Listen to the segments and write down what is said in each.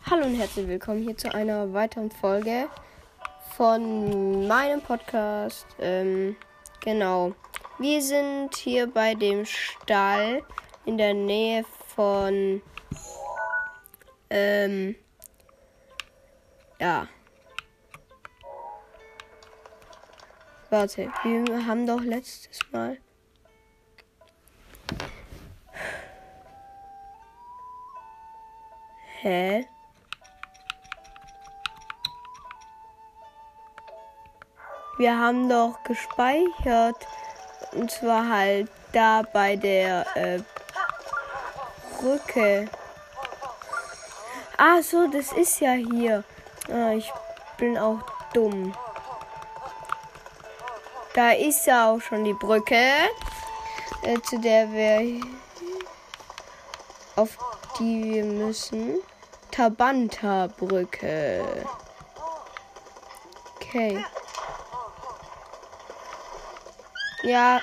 Hallo und herzlich willkommen hier zu einer weiteren Folge von meinem Podcast. Genau. Wir sind hier bei dem Stall in der Nähe von ja. Warte, wir haben doch letztes Mal Wir haben doch gespeichert. Und zwar halt da bei der Brücke. Ah, so, das ist ja hier. Ich bin auch dumm. Da ist ja auch schon die Brücke, zu der wir auf die wir müssen. Tabanta-Brücke. Okay. Ja.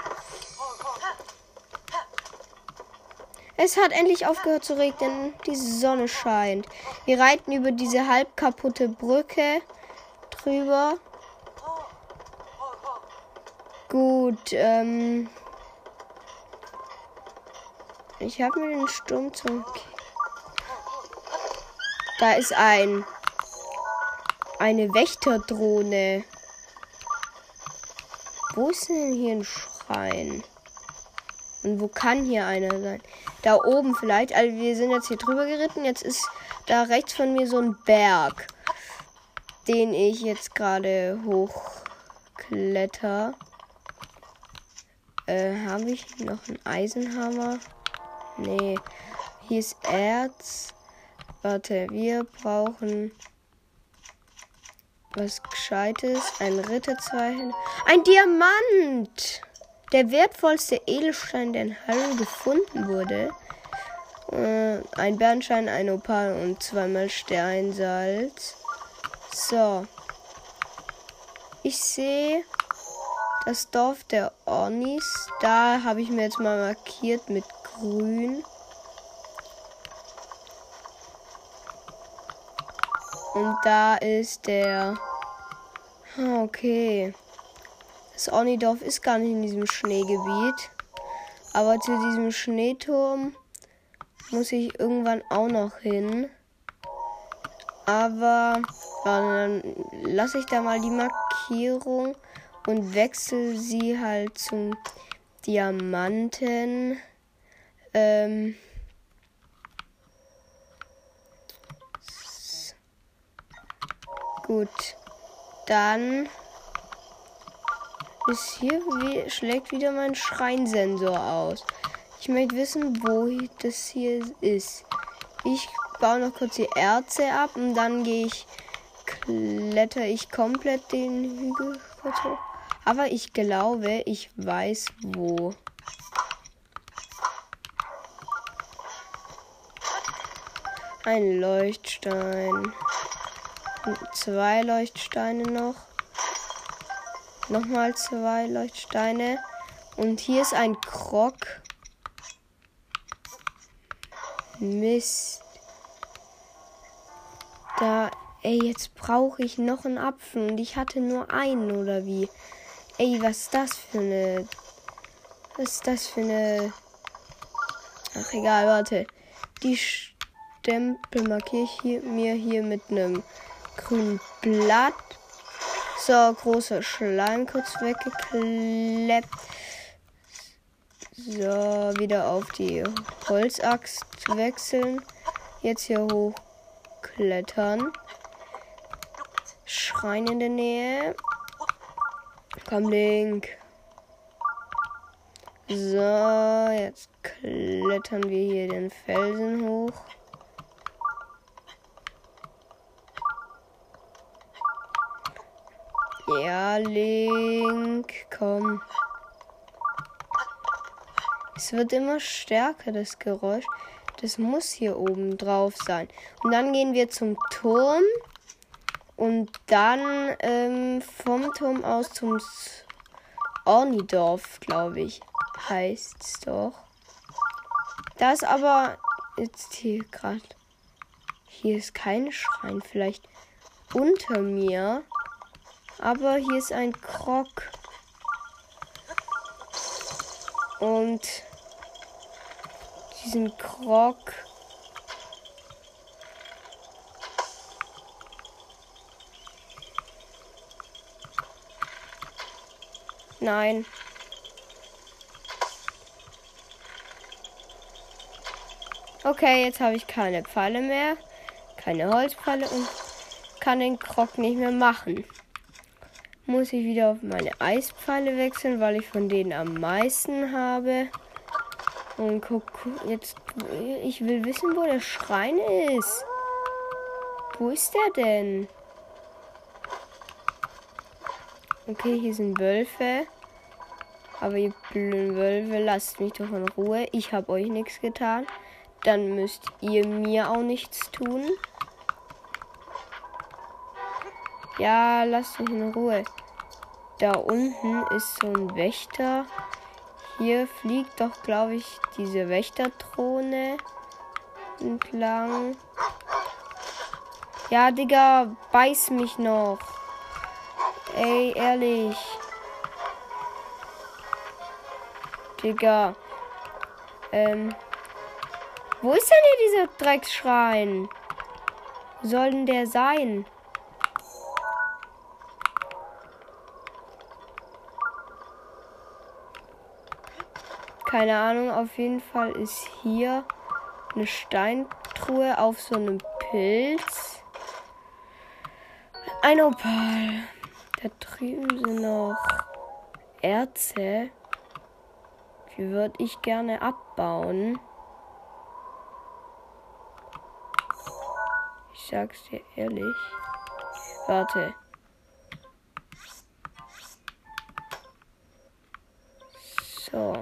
Es hat endlich aufgehört zu regnen. Die Sonne scheint. Wir reiten über diese halb kaputte Brücke drüber. Gut, ich habe mir den Sturm zum... Da ist eine Wächterdrohne. Wo ist denn hier ein Schrein? Und wo kann hier einer sein? Da oben vielleicht. Also wir sind jetzt hier drüber geritten. Jetzt ist da rechts von mir so ein Berg, den ich jetzt gerade hochkletter. Habe ich noch einen Eisenhammer? Nee. Hier ist Erz. Warte, wir brauchen was Gescheites. Ein Ritter, 2 Hände. Ein Diamant! Der wertvollste Edelstein, der in Hyrule gefunden wurde. Ein Bernstein, ein Opal und 2-mal Steinsalz. So. Ich sehe das Dorf der Ornis. Da habe ich mir jetzt mal markiert mit grün. Und da ist der... Okay. Das Ornidorf ist gar nicht in diesem Schneegebiet. Aber zu diesem Schneeturm muss ich irgendwann auch noch hin. Aber dann lasse ich da mal die Markierung und wechsle sie halt zum Diamanten. Gut. Dann ist hier schlägt wieder mein Schreinsensor aus. Ich möchte wissen, wo das hier ist. Ich baue noch kurz die Erze ab und dann kletter ich komplett den Hügel kurz hoch. Aber ich glaube, ich weiß wo. Ein Leuchtstein. 2 Leuchtsteine noch. Nochmal 2 Leuchtsteine. Und hier ist ein Krog. Mist. Da, jetzt brauche ich noch einen Apfel. Und ich hatte nur einen, oder wie? Was ist das für eine... Ach, egal, warte. Die Stempel markiere ich mir hier mit einem grünen Blatt. So, großer Schleim kurz weggekleppt. So, wieder auf die Holzaxt wechseln. Jetzt hier hochklettern. Schrein in der Nähe. Komm, Link. So, jetzt klettern wir hier den Felsen hoch. Ja, Link, komm. Es wird immer stärker, das Geräusch. Das muss hier oben drauf sein. Und dann gehen wir zum Turm. Und dann vom Turm aus zum Ornidorf, glaube ich, heißt es doch. Da ist aber jetzt hier gerade Hier ist kein Schrein, vielleicht unter mir. Aber hier ist ein Krog. Und diesen Krog nein. Okay, jetzt habe ich keine Pfeile mehr. Keine Holzpfeile und kann den Krog nicht mehr machen. Muss ich wieder auf meine Eispfeile wechseln, weil ich von denen am meisten habe. Und guck, jetzt, ich will wissen, wo der Schrein ist. Wo ist der denn? Okay, hier sind Wölfe. Aber ihr blöden Wölfe, lasst mich doch in Ruhe. Ich habe euch nichts getan. Dann müsst ihr mir auch nichts tun. Ja, lasst mich in Ruhe. Da unten ist so ein Wächter. Hier fliegt doch, glaube ich, diese Wächterdrohne entlang. Ja, Digga, beiß mich noch. Ey, ehrlich. Digga. Wo ist denn hier dieser Drecksschrein? Wo soll denn der sein? Keine Ahnung, auf jeden Fall ist hier eine Steintruhe auf so einem Pilz. Ein Opal. Da drüben sind noch Erze. Die würde ich gerne abbauen. Ich sag's dir ehrlich. Warte. So.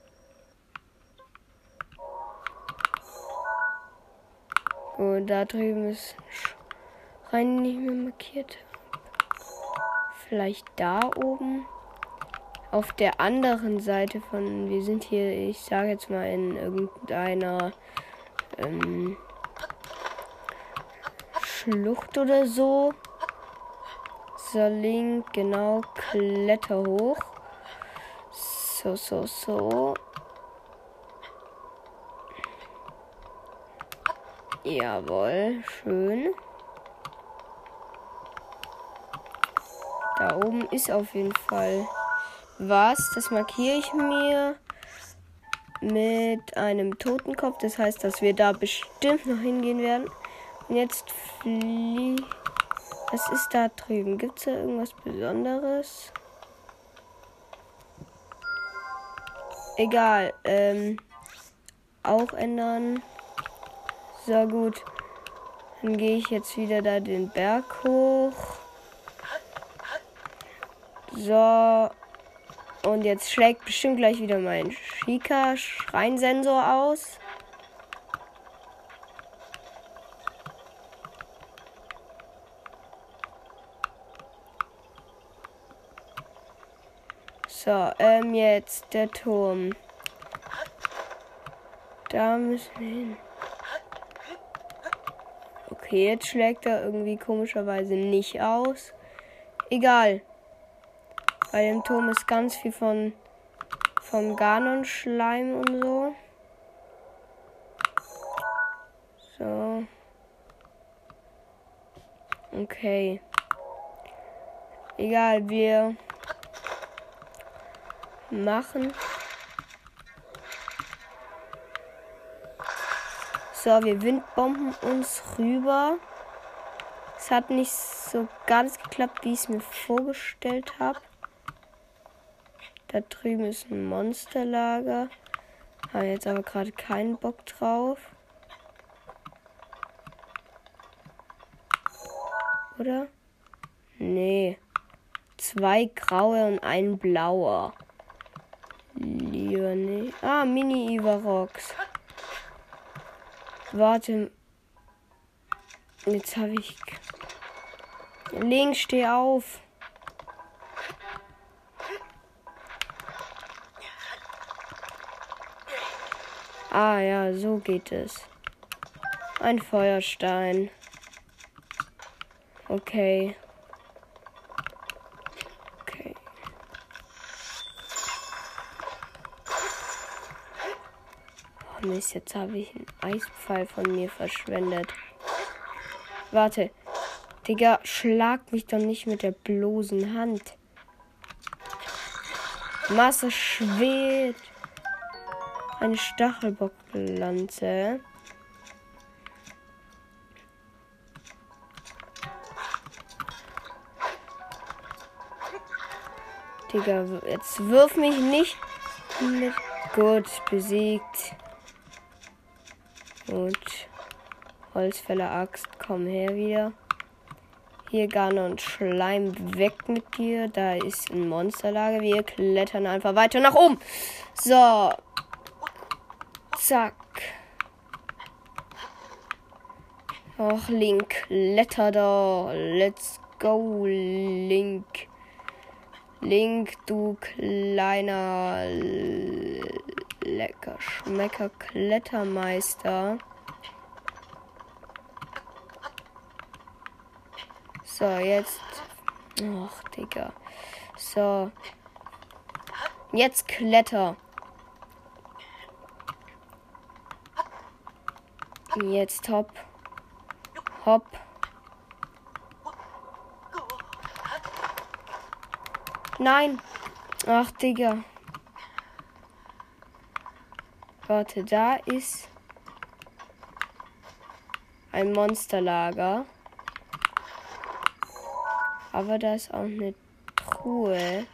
Gut, da drüben ist ein Schrein, den ich mir markiert habe. Vielleicht da oben. Auf der anderen Seite von... Wir sind hier, ich sage jetzt mal, in irgendeiner Schlucht oder so. So, Link, genau, kletter hoch. So. Jawohl, schön. Da oben ist auf jeden Fall was. Das markiere ich mir mit einem Totenkopf. Das heißt, dass wir da bestimmt noch hingehen werden. Und jetzt was ist da drüben? Gibt es da irgendwas Besonderes? Egal. Auch ändern. So, gut. Dann gehe ich jetzt wieder da den Berg hoch. So. Und jetzt schlägt bestimmt gleich wieder mein Chica-Schreinsensor aus. So, jetzt der Turm. Da müssen wir hin. Okay, jetzt schlägt er irgendwie komischerweise nicht aus. Egal. Bei dem Turm ist ganz viel von Ganon-Schleim und so. So. Okay. Egal, wir machen. So, wir Windbomben uns rüber. Es hat nicht so ganz geklappt, wie ich es mir vorgestellt habe. Da drüben ist ein Monsterlager. Habe jetzt aber gerade keinen Bock drauf. Oder? Nee. 2 graue und ein blauer. Lieber nicht. Ah, Mini-Ivarox. Warte. Jetzt habe ich... Link, steh auf. Ah ja, so geht es. Ein Feuerstein. Okay. Okay. Oh Mist, jetzt habe ich einen Eispfeil von mir verschwendet. Warte. Digga, schlag mich doch nicht mit der bloßen Hand. Masseschwert. Eine Stachelbocklanze. Digga, jetzt wirf mich nicht mit. Gut, besiegt. Gut. Holzfäller-Axt, komm her wieder. Hier Garne und Schleim, weg mit dir. Da ist ein Monsterlager. Wir klettern einfach weiter nach oben. So. Zack. Och, Link, kletter da. Let's go, Link. Link, du kleiner lecker Schmecker Klettermeister. So, jetzt. Ach, Digga. So. Jetzt kletter. Jetzt hopp. Hopp. Nein. Ach, Digga. Warte, da ist ein Monsterlager. Aber da ist auch eine Truhe.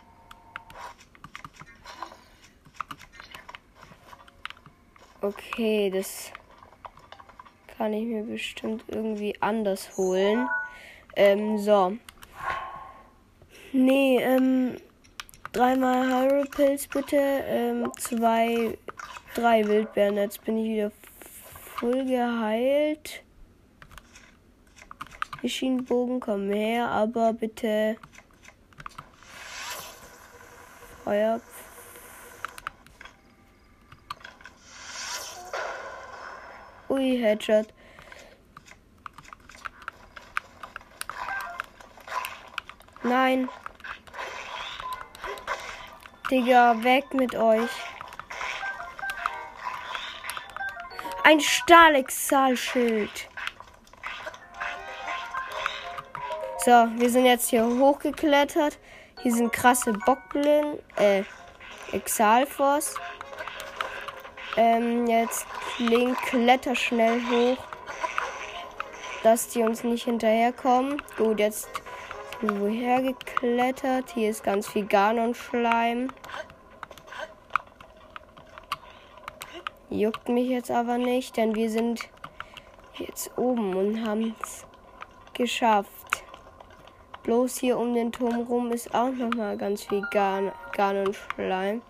Okay, das kann ich mir bestimmt irgendwie anders holen. So. Nee, 3-mal Hyrule Pilz bitte. 3 Wildbeeren. Jetzt bin ich wieder voll geheilt. Maschinenbogen, komm her, aber bitte Feuer. Ui, Headshot. Nein. Digga, weg mit euch. Ein Stahlexalschild. So, wir sind jetzt hier hochgeklettert. Hier sind krasse Bockblin, Exalfos. Jetzt Link, kletter schnell hoch, dass die uns nicht hinterherkommen. Gut, jetzt sind wir woher geklettert. Hier ist ganz viel Ganon-Schleim. Juckt mich jetzt aber nicht, denn wir sind jetzt oben und haben es geschafft. Bloß hier um den Turm rum ist auch noch mal ganz viel Ganon-Schleim.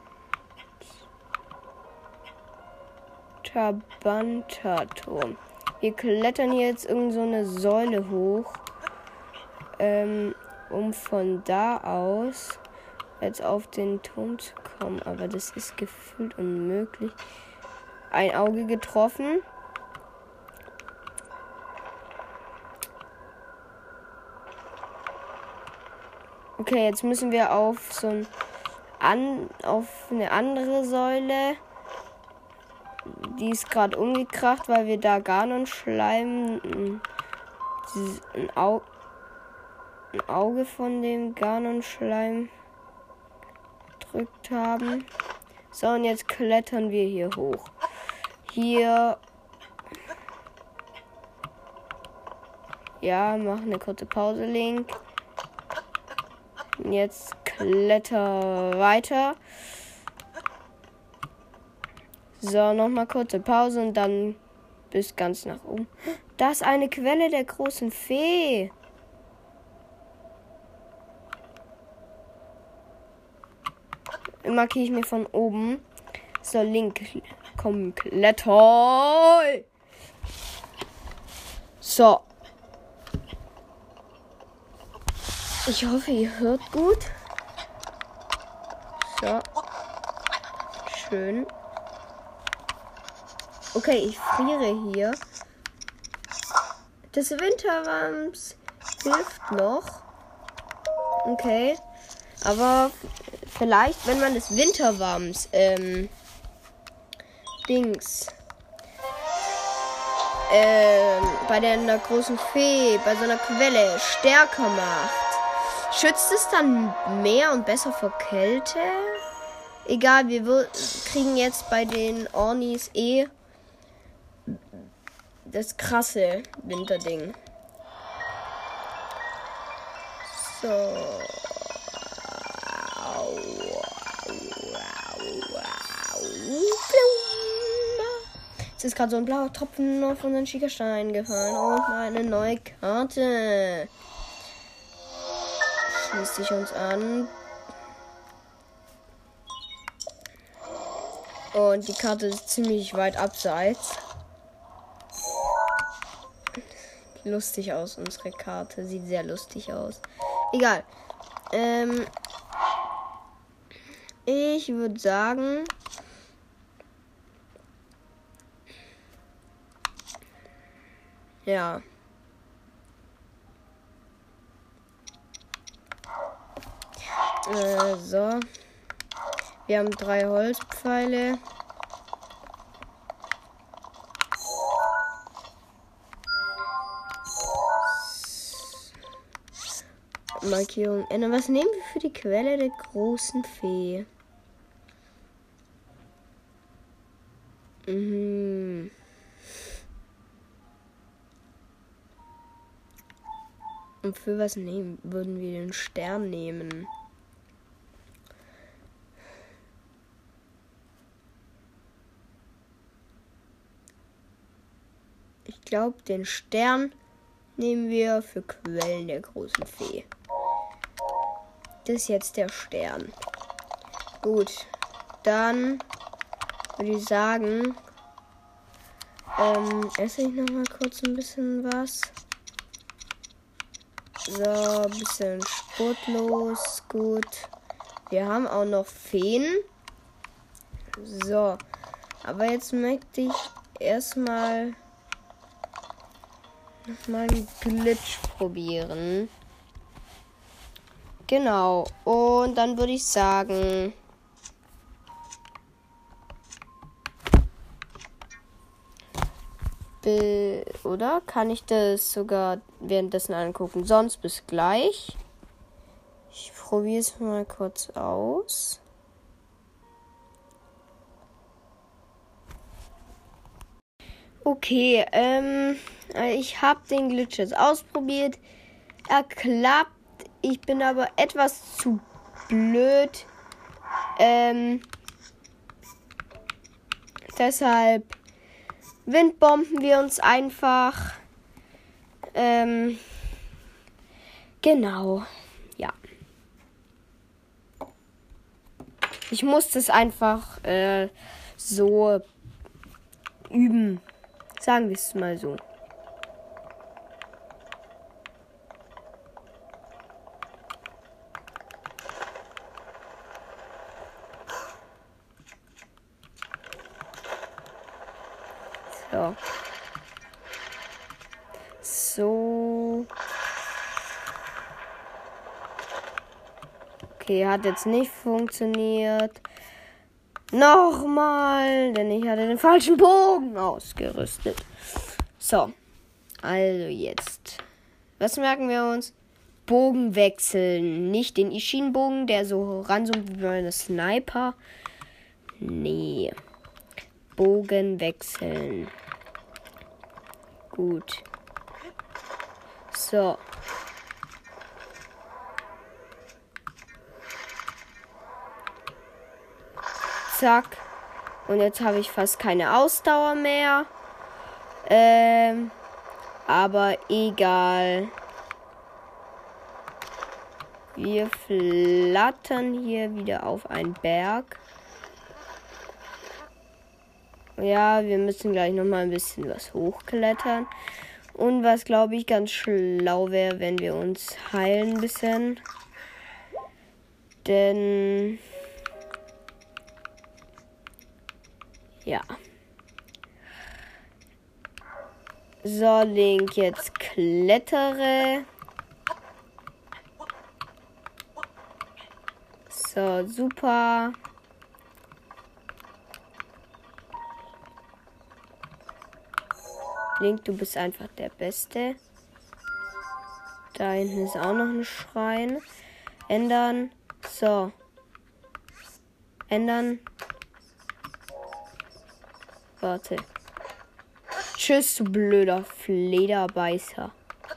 Tabanta-Turm. Wir klettern jetzt irgend so eine Säule hoch, um von da aus jetzt auf den Turm zu kommen. Aber das ist gefühlt unmöglich. Ein Auge getroffen. Okay, jetzt müssen wir auf so auf eine andere Säule. Die ist gerade umgekracht, weil wir da Ganon-Schleim ein Auge von dem Ganon-Schleim gedrückt haben. So, und jetzt klettern wir hier hoch. Hier. Ja, mach eine kurze Pause, Link. Jetzt kletter weiter. So, nochmal kurze Pause und dann bis ganz nach oben. Da ist eine Quelle der großen Fee. Markiere ich mir von oben. So, Link, komm, kletter. So. Ich hoffe, ihr hört gut. So. Schön. Okay, ich friere hier. Das Winterwams hilft noch. Okay. Aber vielleicht, wenn man das Winterwams, bei einer großen Fee, bei so einer Quelle stärker macht, schützt es dann mehr und besser vor Kälte? Egal, wir kriegen jetzt bei den Ornis das krasse Winterding. So. Es ist gerade so ein blauer Tropfen auf unseren Schiekerstein gefallen. Und eine neue Karte. Schließt sich uns an. Und die Karte ist ziemlich weit abseits. Lustig aus, unsere Karte. Sieht sehr lustig aus. Egal. Ich würde sagen, ja. So. Wir haben 3 Holzpfeile. Markierung ändern. Was nehmen wir für die Quelle der großen Fee? Und für was würden wir den Stern nehmen? Ich glaube, den Stern nehmen wir für Quellen der großen Fee. Das ist jetzt der Stern. Gut, dann würde ich sagen, esse ich noch mal kurz ein bisschen was. So, ein bisschen sportlos. Gut. Wir haben auch noch Feen. So. Aber jetzt möchte ich erstmal nochmal einen Glitch probieren. Genau. Und dann würde ich sagen, oder kann ich das sogar währenddessen angucken? Sonst bis gleich. Ich probiere es mal kurz aus. Okay, ich habe den Glitch jetzt ausprobiert. Er klappt. Ich bin aber etwas zu blöd. Deshalb windbomben wir uns einfach. Genau. Ja. Ich muss das einfach so üben. Sagen wir es mal so. So. Okay, hat jetzt nicht funktioniert. Nochmal, denn ich hatte den falschen Bogen ausgerüstet. So, also jetzt. Was merken wir uns? Bogen wechseln. Nicht den Ishin-Bogen, der so ranzoomt wie bei einem Sniper. Nee. Bogen wechseln. Gut. So. Zack. Und jetzt habe ich fast keine Ausdauer mehr. Aber egal. Wir flattern hier wieder auf einen Berg. Ja, wir müssen gleich nochmal ein bisschen was hochklettern. Und was, glaube ich, ganz schlau wäre, wenn wir uns heilen ein bisschen. Denn ja. So, Link, jetzt klettere. So, super. Link, du bist einfach der Beste. Da hinten ist auch noch ein Schrein. Ändern. So. Ändern. Warte. Tschüss, du blöder Flederbeißer.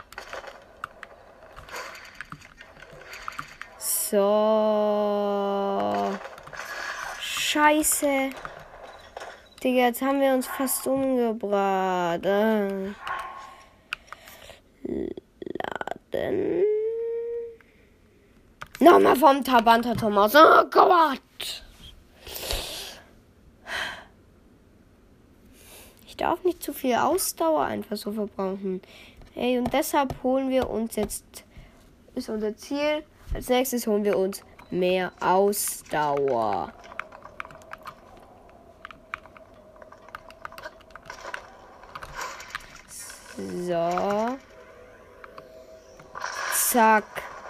So. Scheiße. Digga, jetzt haben wir uns fast umgebracht. Laden. Nochmal vom Tabanta Thomas. Oh Gott. Ich darf nicht zu viel Ausdauer einfach so verbrauchen. Hey, und deshalb holen wir uns jetzt, ist unser Ziel, als nächstes holen wir uns mehr Ausdauer. So. Zack.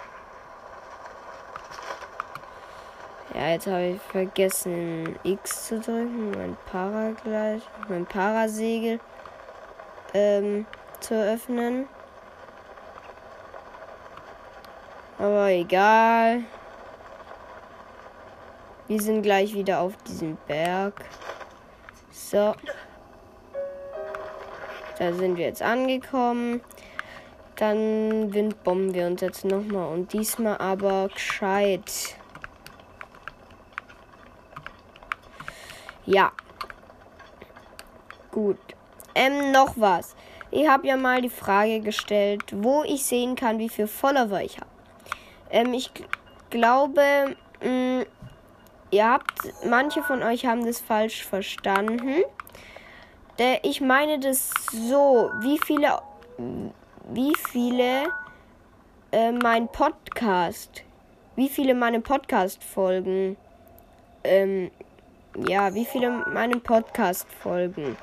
Ja, jetzt habe ich vergessen, X zu drücken, mein Parasegel zu öffnen. Aber egal. Wir sind gleich wieder auf diesem Berg. So. Da sind wir jetzt angekommen. Dann windbomben wir uns jetzt nochmal und diesmal aber gescheit. Ja. Gut. Noch was. Ich habe ja mal die Frage gestellt, wo ich sehen kann, wie viel Follower ich habe. Ich glaube, manche von euch haben das falsch verstanden. Ich meine das so, wie viele meine Podcast-Folgen, wie viele meinem Podcast folgen.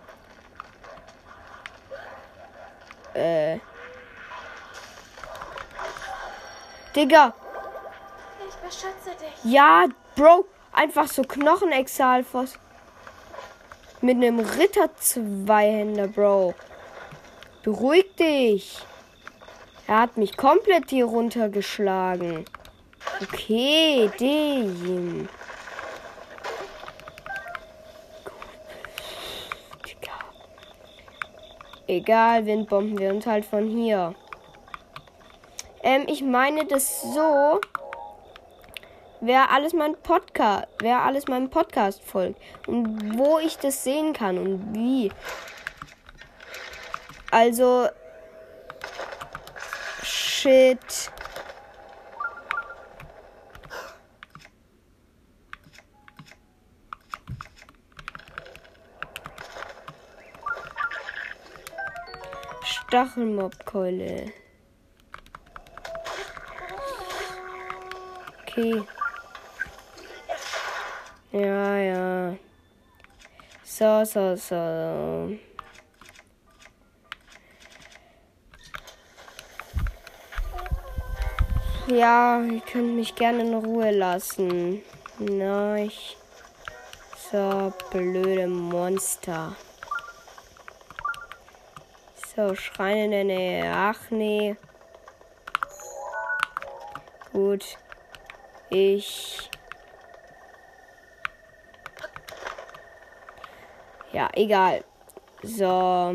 Digga. Ich beschütze dich. Ja, Bro, einfach so Knochenexalfos. Mit einem Ritter-Zweihänder, Bro. Beruhig dich. Er hat mich komplett hier runtergeschlagen. Okay, dem. Egal, windbomben wir uns halt von hier. Ich meine das so, wer alles meinem Podcast folgt und wo ich das sehen kann und wie. Also, shit. Stachelmobkeule. Okay. Ja. So. Ja, ihr könnt mich gerne in Ruhe lassen. Nein. So, blöde Monster. So, Schrein in der Nähe. Ach nee. Gut. Ja, egal. So.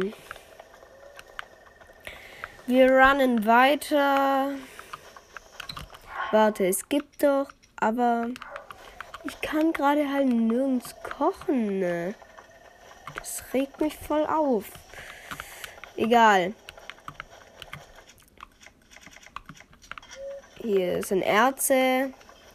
Wir runnen weiter. Warte, es gibt doch, aber ich kann gerade halt nirgends kochen, ne? Das regt mich voll auf. Egal. Hier sind Erze.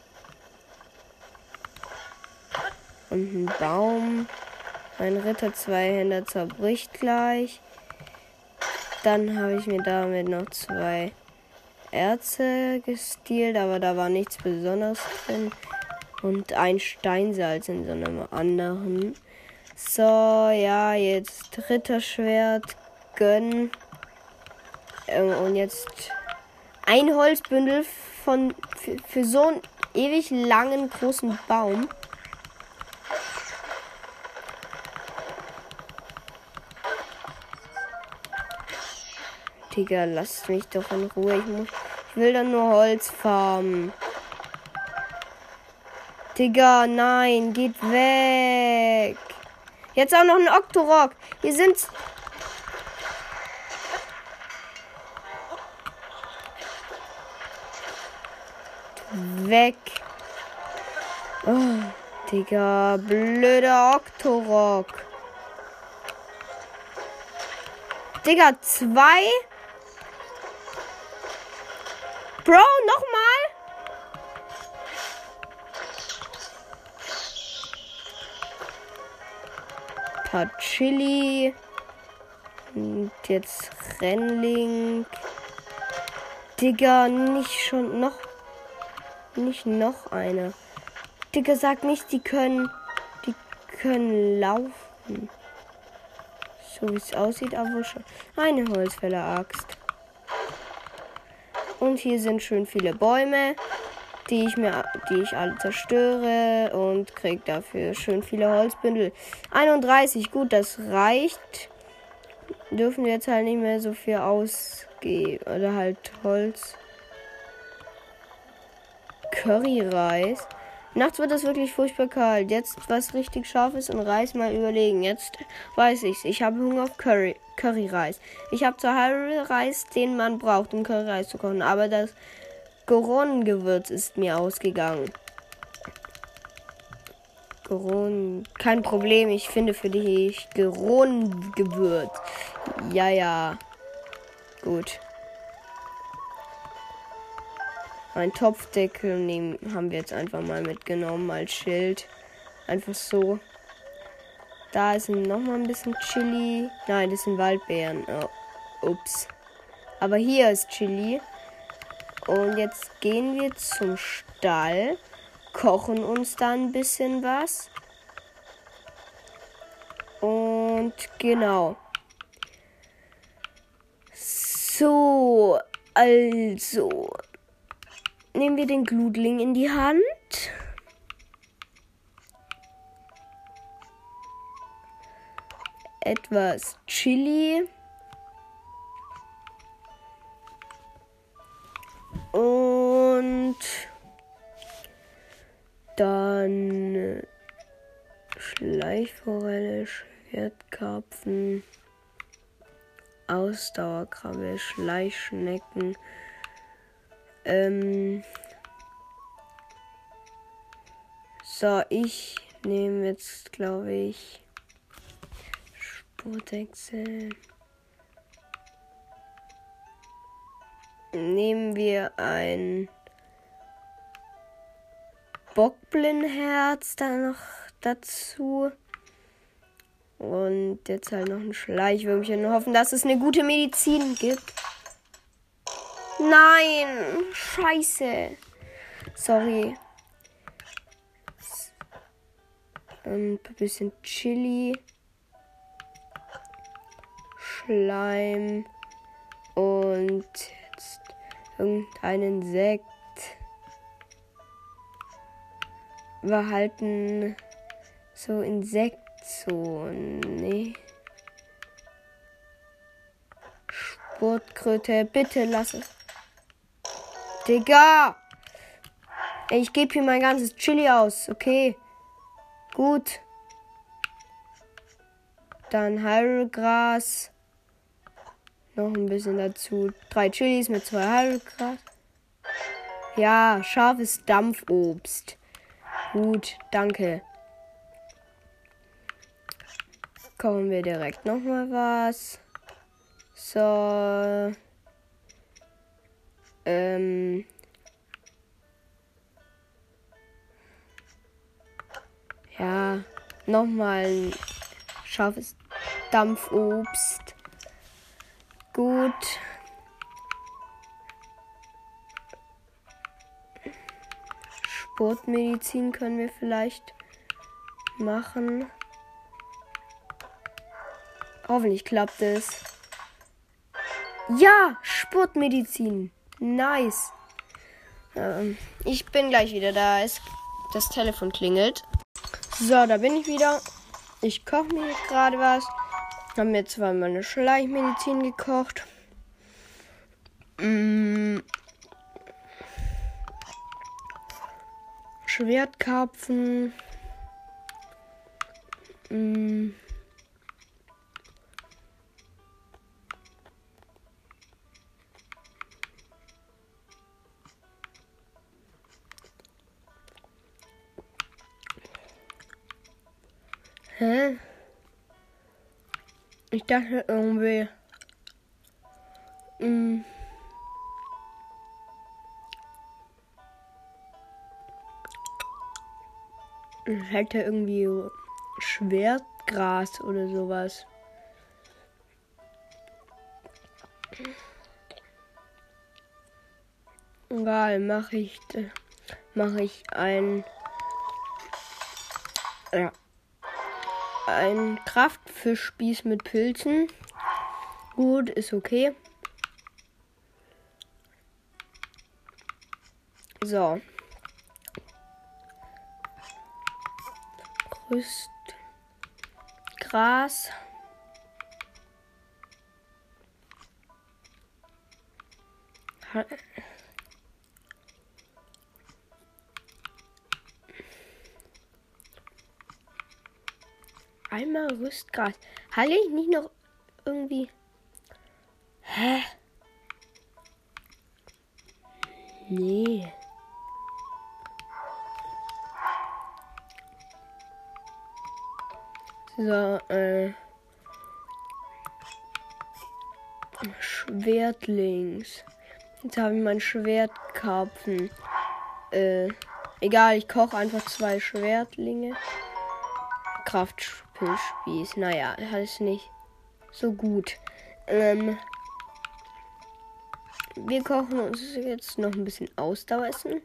Und ein Baum. Mein Ritter-Zweihänder zerbricht gleich. Dann habe ich mir damit noch 2 Erze gestealt, aber da war nichts Besonderes drin. Und ein Steinsalz in so einem anderen. So, ja, jetzt Ritterschwert gönnen. Und jetzt ein Holzbündel für so einen ewig langen, großen Baum. Digga, lasst mich doch in Ruhe. Ich will dann nur Holz farmen. Digga, nein, geht weg. Jetzt auch noch ein Octorok. Hier sind... Weg. Oh, Digga, blöder Octorok. Digga, 2. Bro, nochmal. Paar Chili. Und jetzt Rennlink. Digga, nicht noch eine. Digga, sag nicht, die können laufen. So wie es aussieht, aber schon. Eine Holzfäller-Axt. Und hier sind schön viele Bäume, die ich alle zerstöre und krieg dafür schön viele Holzbündel. 31, gut, das reicht. Dürfen wir jetzt halt nicht mehr so viel ausgeben. Oder halt Holz. Curryreis. Nachts wird es wirklich furchtbar kalt. Jetzt was richtig Scharfes und Reis mal überlegen. Jetzt weiß ich's. Ich habe Hunger auf Curryreis. Ich habe zwar halben Reis, den man braucht, um Curryreis zu kochen, aber das Goron-Gewürz ist mir ausgegangen. Goron, kein Problem. Ich finde für dich Goron-Gewürz. Ja. Gut. Ein Topfdeckel haben wir jetzt einfach mal mitgenommen als Schild. Einfach so. Da ist noch mal ein bisschen Chili. Nein, das sind Waldbeeren. Oh, ups. Aber hier ist Chili. Und jetzt gehen wir zum Stall. Kochen uns da ein bisschen was. Und genau. So, also... Nehmen wir den Glutling in die Hand. Etwas Chili. Und dann Schleichforelle, Schwertkarpfen, Ausdauerkrabbe, Schleichschnecken. So, ich nehme jetzt, glaube ich, Spurtechse. Nehmen wir ein Bockblinherz dann noch dazu. Und jetzt halt noch ein Schleichwürmchen und hoffen, dass es eine gute Medizin gibt. Nein, scheiße. Sorry. Ein bisschen Chili. Schleim. Und jetzt irgendein Insekt. Wir halten so Insekt so. Nee. Spurtkröte, bitte lass es. Digga! Ich gebe hier mein ganzes Chili aus, okay? Gut. Dann Heilgras. Noch ein bisschen dazu. 3 Chilis mit 2 Heilgras. Ja, scharfes Dampfobst. Gut, danke. Kochen wir direkt nochmal was. So. Ja, nochmal ein scharfes Dampfobst. Gut. Sportmedizin können wir vielleicht machen. Hoffentlich klappt es. Ja, Sportmedizin. Nice. Ich bin gleich wieder da. Das Telefon klingelt. So, da bin ich wieder. Ich koche mir gerade was. Habe mir zwar meine Schleichmedizin gekocht. Schwertkarpfen. Hä? Ich dachte irgendwie. Ich hätte irgendwie Schwertgras oder sowas. Egal, mache ich ein Kraftfischspieß mit Pilzen. Gut, ist okay. So. Gras. Einmal Rüstgras. Hatte ich nicht noch irgendwie... Hä? Nee. So, Schwertlings. Jetzt habe ich mein Schwertkarpfen. Egal, ich koche einfach 2 Schwertlinge. Kraftspieß. Naja, das ist nicht so gut. Wir kochen uns jetzt noch ein bisschen Ausdaueressen.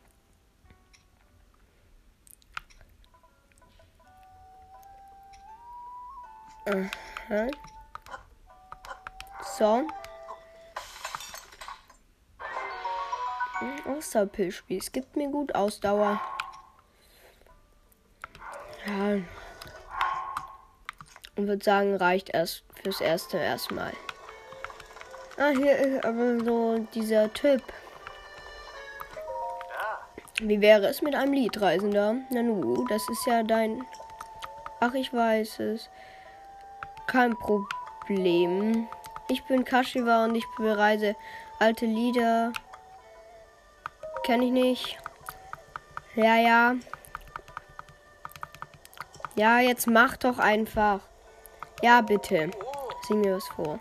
Aha. So. Ausdauerpilzspieß gibt mir gut Ausdauer. Ja. Und würde sagen, reicht erst fürs erste erstmal. Hier ist aber so dieser Typ. Wie wäre es mit einem Liedreisender? Nanu, das ist ja dein... Ach, ich weiß es. Kein Problem. Ich bin Kashiwa und ich bereise alte Lieder. Kenn ich nicht. Ja. Ja, jetzt mach doch einfach. Ja, bitte. Sing mir was vor.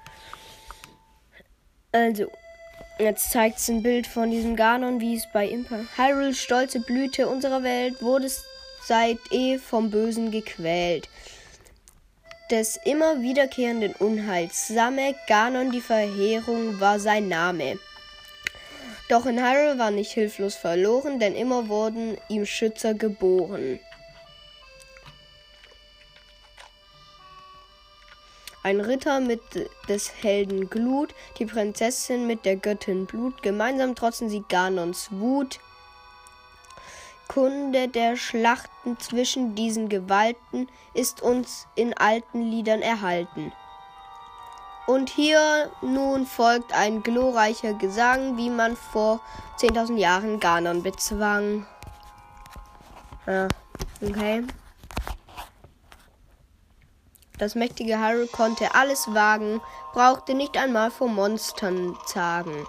Also, jetzt zeigt es ein Bild von diesem Ganon, wie es bei Impa. Hyrule's stolze Blüte unserer Welt wurde seit vom Bösen gequält. Des immer wiederkehrenden Unheils. Samek Ganon, die Verheerung, war sein Name. Doch in Hyrule war nicht hilflos verloren, denn immer wurden ihm Schützer geboren. Ein Ritter mit des Helden Glut, die Prinzessin mit der Göttin Blut, gemeinsam trotzen sie Ganons Wut. Kunde der Schlachten zwischen diesen Gewalten ist uns in alten Liedern erhalten. Und hier nun folgt ein glorreicher Gesang, wie man vor 10.000 Jahren Ganon bezwang. Ja, okay. Das mächtige Hyrule konnte alles wagen, brauchte nicht einmal vor Monstern zagen.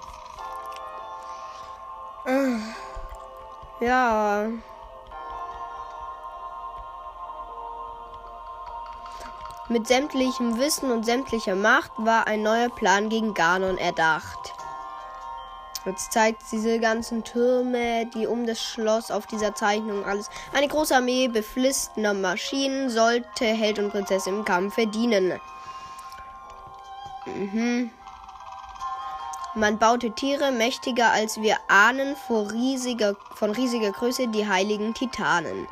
Ja. Mit sämtlichem Wissen und sämtlicher Macht war ein neuer Plan gegen Ganon erdacht. Jetzt zeigt diese ganzen Türme, die um das Schloss auf dieser Zeichnung alles. Eine große Armee beflissener Maschinen sollte Held und Prinzessin im Kampfe dienen. Man baute Tiere mächtiger als wir ahnen, von riesiger Größe, die heiligen Titanen.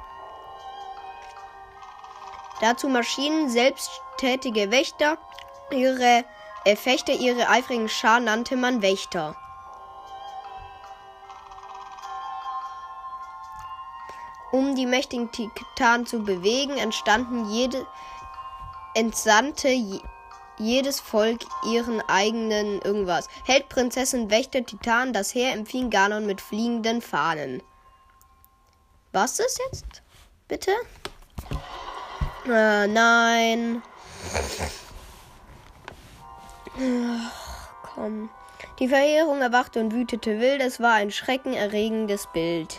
Dazu Maschinen, selbsttätige Wächter, ihre Fechter ihre eifrigen Schar nannte man Wächter. Um die mächtigen Titanen zu bewegen, entsandte jedes Volk ihren eigenen irgendwas. Held, Prinzessin, Wächter, Titan, das Heer empfing Ganon mit fliegenden Fahnen. Was ist jetzt? Bitte? Nein. Ach, komm. Die Verehrung erwachte und wütete wild. Es war ein schreckenerregendes Bild.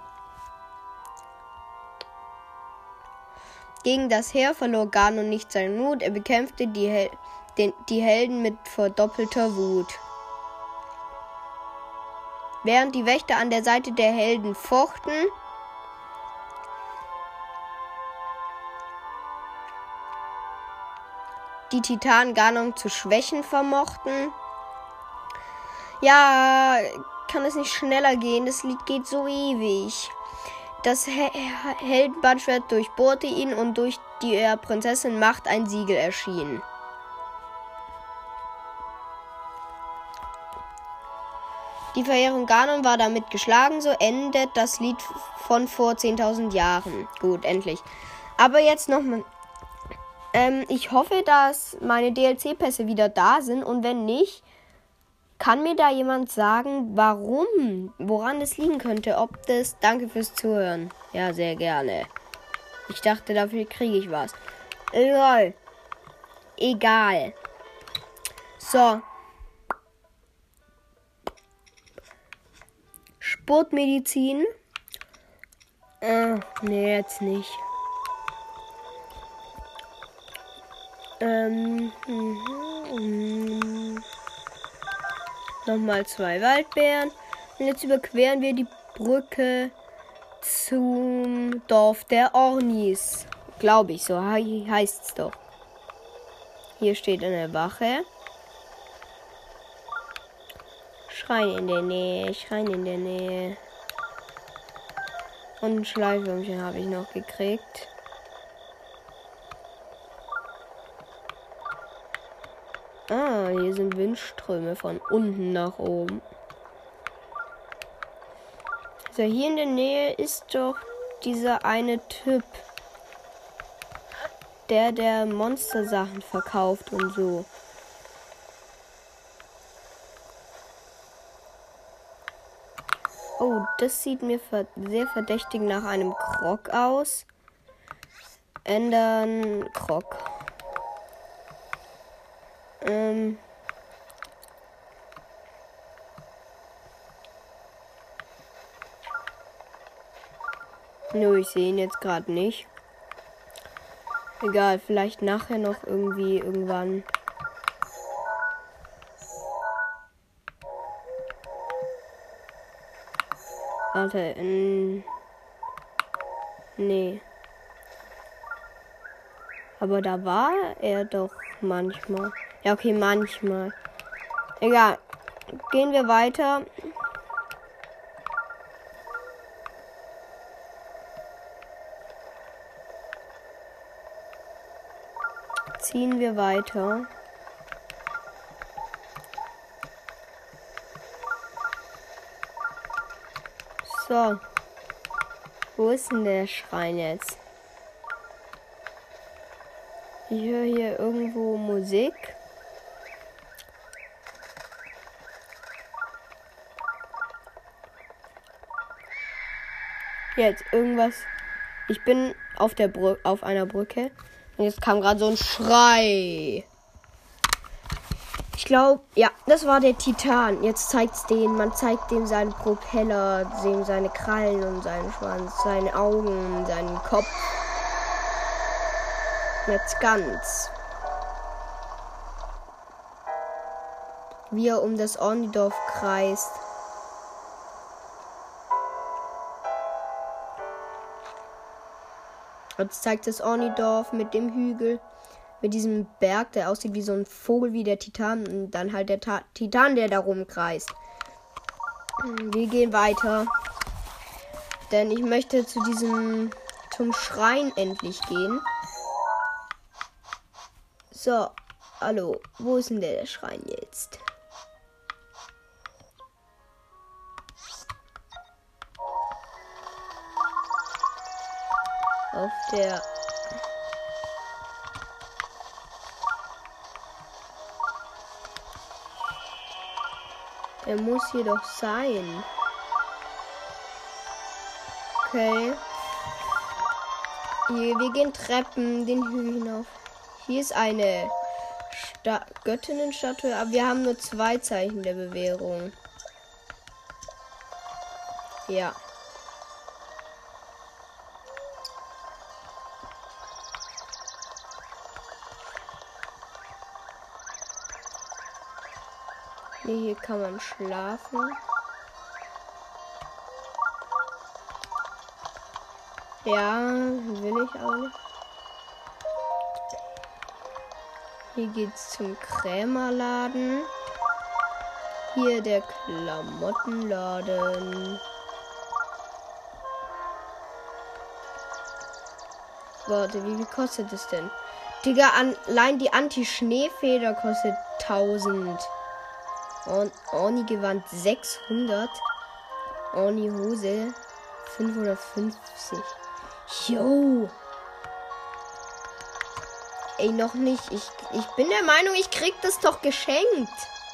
Gegen das Heer verlor Ganon nicht seinen Mut. Er bekämpfte die Helden mit verdoppelter Wut. Während die Wächter an der Seite der Helden fochten, die Titanen Ganon zu schwächen vermochten. Ja, kann es nicht schneller gehen? Das Lied geht so ewig. Das Heldenbandschwert durchbohrte ihn und durch die Prinzessin Macht ein Siegel erschien. Die Verehrung Ganon war damit geschlagen, so endet das Lied von vor 10.000 Jahren. Gut, endlich. Aber jetzt nochmal. Ich hoffe, dass meine DLC-Pässe wieder da sind und wenn nicht, kann mir da jemand sagen, warum? Woran das liegen könnte? Ob das... Danke fürs Zuhören. Ja, sehr gerne. Ich dachte, dafür kriege ich was. Lol. Egal. So. Sportmedizin. Nee, jetzt nicht. Nochmal 2 Waldbeeren. Und jetzt überqueren wir die Brücke zum Dorf der Ornis. Glaube ich, so heißt es doch. Hier steht eine Wache. Schrein in der Nähe, Schrein in der Nähe. Und ein Schleifwürmchen habe ich noch gekriegt. Ah, hier sind Windströme von unten nach oben. So, hier in der Nähe ist doch dieser eine Typ, der Monstersachen verkauft und so. Oh, das sieht mir sehr verdächtig nach einem Krog aus. Ändern Krog. Nö, ich sehe ihn jetzt gerade nicht. Egal, vielleicht nachher noch irgendwann. Warte, nee. Aber da war er doch manchmal. Ja, okay, manchmal. Egal. Gehen wir weiter. Ziehen wir weiter. So. Wo ist denn der Schrein jetzt? Ich höre hier irgendwo Musik. Jetzt irgendwas. Ich bin auf einer Brücke. Und jetzt kam gerade so ein Schrei. Ich glaube, ja, das war der Titan. Jetzt zeigt's den. Man zeigt dem seinen Propeller, dem seine Krallen und seinen Schwanz, seine Augen, seinen Kopf. Jetzt ganz. Wie er um das Ornidorf kreist. Jetzt zeigt das Ornidorf mit dem Hügel, mit diesem Berg, der aussieht wie so ein Vogel, wie der Titan. Und dann halt der Titan, der da rumkreist. Wir gehen weiter. Denn ich möchte zum Schrein endlich gehen. So, Hallo, wo ist denn der Schrein jetzt? Auf der... Der muss hier doch sein. Okay. Hier, wir gehen Treppen den Hügel hinauf. Hier ist eine Göttinnenstatue, aber wir haben nur 2 Zeichen der Bewährung. Ja. Nee, hier kann man schlafen. Ja, will ich auch nicht. Hier geht's zum Krämerladen. Hier der Klamottenladen. Warte, wie viel kostet es denn? Digga, allein die Anti-Schneefeder kostet 1000. Und Orni-Gewand 600. Orni-Hose 550. Jo. Ey, noch nicht. Ich bin der Meinung, ich krieg das doch geschenkt.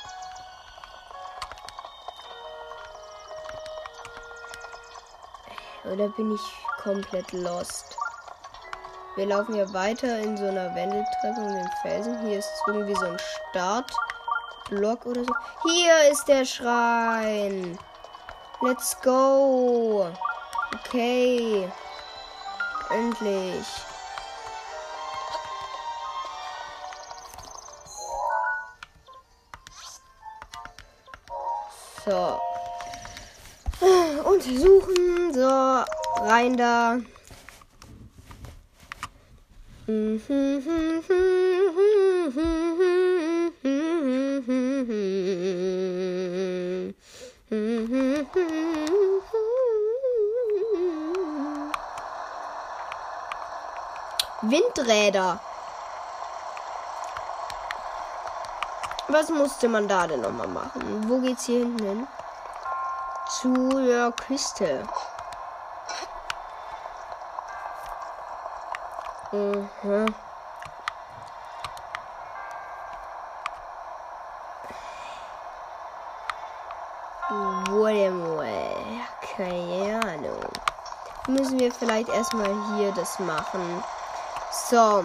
Oder bin ich komplett lost? Wir laufen ja weiter in so einer Wendeltreppe um den Felsen. Hier ist irgendwie so ein Startblock oder so. Hier ist der Schrein. Let's go. Okay. Endlich. So. Untersuchen. So. Rein da. Windräder. Was musste man da denn nochmal machen? Wo geht's hier hinten hin? Zu der Küste. Mhm. Keine Ahnung. Müssen wir vielleicht erstmal hier das machen. So.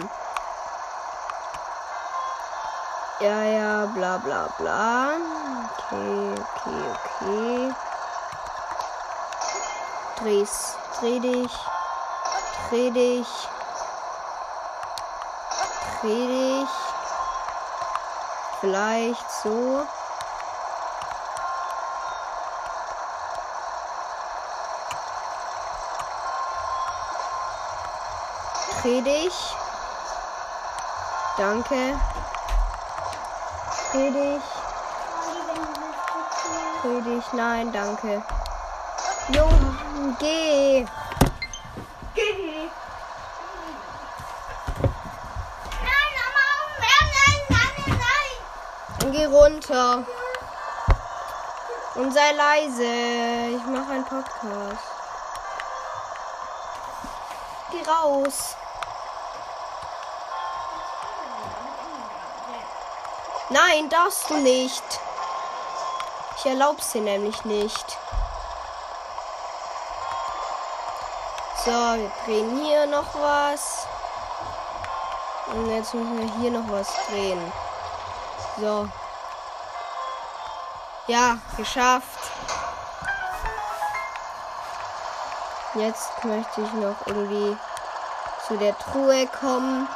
Ja, bla bla bla. Okay. Dreh dich. Vielleicht so. Dreh dich. Danke. Dreh dich. Nein, danke. Jo, geh. Geh runter. Und sei leise. Ich mache einen Podcast. Geh raus. Nein, darfst du nicht. Ich erlaub's dir nämlich nicht. So, wir drehen hier noch was. Und jetzt müssen wir hier noch was drehen. So. Ja, geschafft. Jetzt möchte ich noch irgendwie zu der Truhe kommen.